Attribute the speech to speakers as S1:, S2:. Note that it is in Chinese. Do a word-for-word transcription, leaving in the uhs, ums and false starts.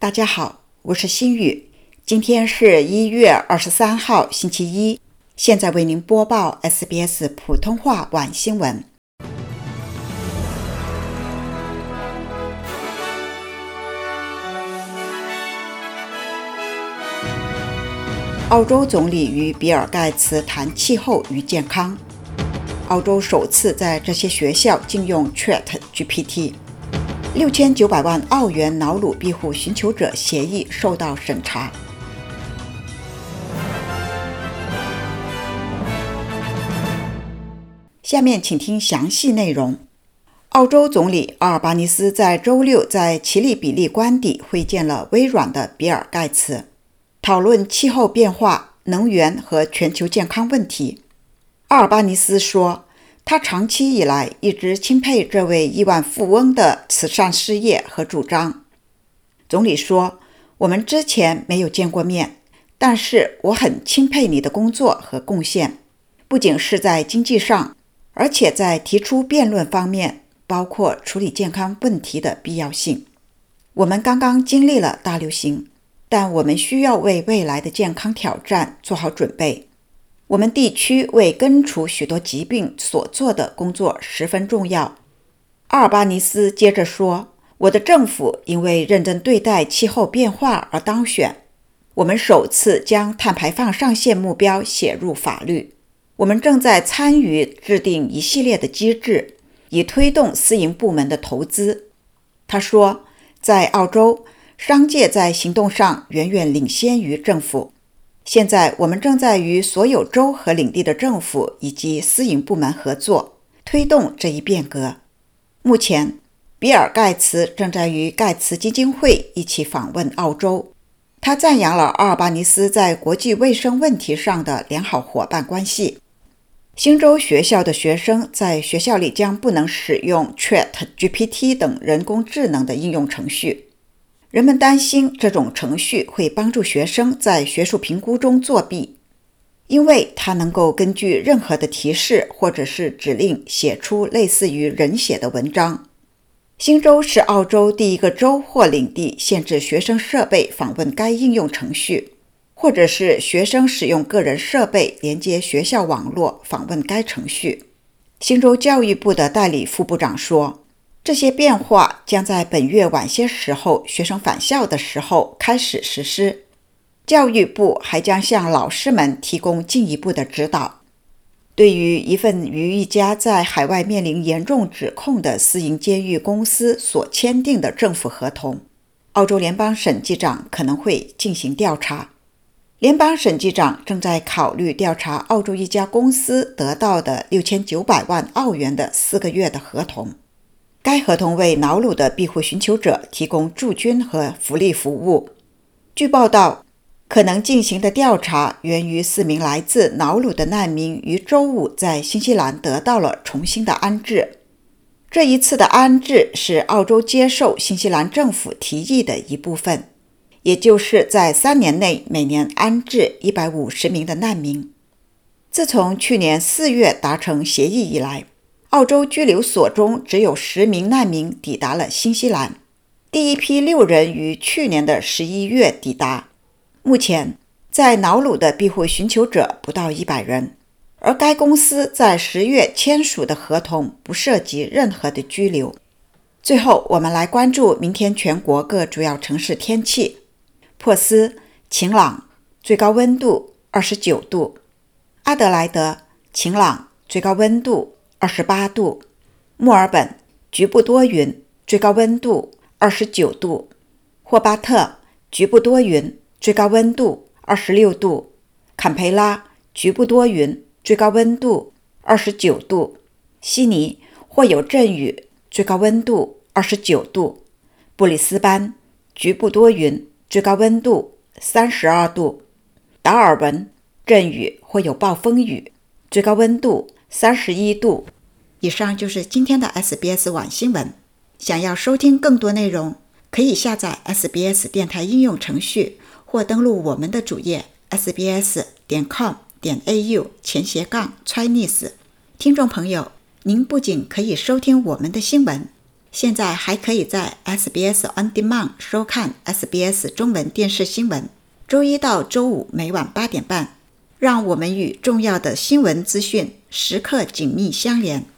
S1: 大家好，我是心雨，今天是一月二十三号星期一，现在为您播报 S B S 普通话晚新闻。澳洲总理与比尔盖茨谈气候与健康。澳洲首次在这些学校禁用 Chat G P T。六千九百万澳元瑙鲁庇护寻求者协议受到审查。下面请听详细内容。澳洲总理阿尔巴尼斯在周六在奇利比利官邸会见了微软的比尔盖茨，讨论气候变化、能源和全球健康问题。阿尔巴尼斯说，他长期以来一直钦佩这位亿万富翁的慈善事业和主张。总理说，我们之前没有见过面，但是我很钦佩你的工作和贡献，不仅是在经济上，而且在提出辩论方面，包括处理健康问题的必要性。我们刚刚经历了大流行，但我们需要为未来的健康挑战做好准备。我们地区为根除许多疾病所做的工作十分重要。阿尔巴尼斯接着说，我的政府因为认真对待气候变化而当选。我们首次将碳排放上限目标写入法律。我们正在参与制定一系列的机制，以推动私营部门的投资。他说，在澳洲，商界在行动上远远领先于政府。现在我们正在与所有州和领地的政府以及私营部门合作，推动这一变革。目前，比尔盖茨正在与盖茨基金会一起访问澳洲。他赞扬了阿尔巴尼斯在国际卫生问题上的良好伙伴关系。新州学校的学生在学校里将不能使用 Chat G P T 等人工智能的应用程序。人们担心这种程序会帮助学生在学术评估中作弊，因为它能够根据任何的提示或者是指令写出类似于人写的文章。新州是澳洲第一个州或领地限制学生设备访问该应用程序，或者是学生使用个人设备连接学校网络访问该程序。新州教育部的代理副部长说，这些变化将在本月晚些时候学生返校的时候开始实施。教育部还将向老师们提供进一步的指导。对于一份与一家在海外面临严重指控的私营监狱公司所签订的政府合同，澳洲联邦审计长可能会进行调查。联邦审计长正在考虑调查澳洲一家公司得到的六千九百万澳元的四个月的合同。该合同为瑙鲁的庇护寻求者提供驻军和福利服务。据报道，可能进行的调查源于四名来自瑙鲁的难民于周五在新西兰得到了重新的安置。这一次的安置是澳洲接受新西兰政府提议的一部分，也就是在三年内每年安置一百五十名的难民。自从去年四月达成协议以来，澳洲拘留所中只有十名难民抵达了新西兰，第一批六人于去年的十一月抵达。目前，在瑙鲁的庇护寻求者不到一百人，而该公司在十月签署的合同不涉及任何的拘留。最后，我们来关注明天全国各主要城市天气。珀斯晴朗，最高温度二十九度；阿德莱德晴朗，最高温度二十八度；墨尔本局部多云，最高温度二十九度；霍巴特局部多云，最高温度二十六度；坎培拉局部多云，最高温度二十九度；悉尼或有阵雨，最高温度二十九度；布里斯班局部多云，最高温度三十二度；达尔文阵雨或有暴风雨，最高温度三十一度。以上就是今天的 S B S 晚新闻。想要收听更多内容，可以下载 S B S 电台应用程序，或登录我们的主页 s b s 点 com 点 a u 前斜杠 Chinese。听众朋友，您不仅可以收听我们的新闻， 现在还可以在 S B S On Demand 收看 S B S 中文电视新闻，周一到周五每晚八点半，让我们与重要的新闻资讯时刻紧密相连。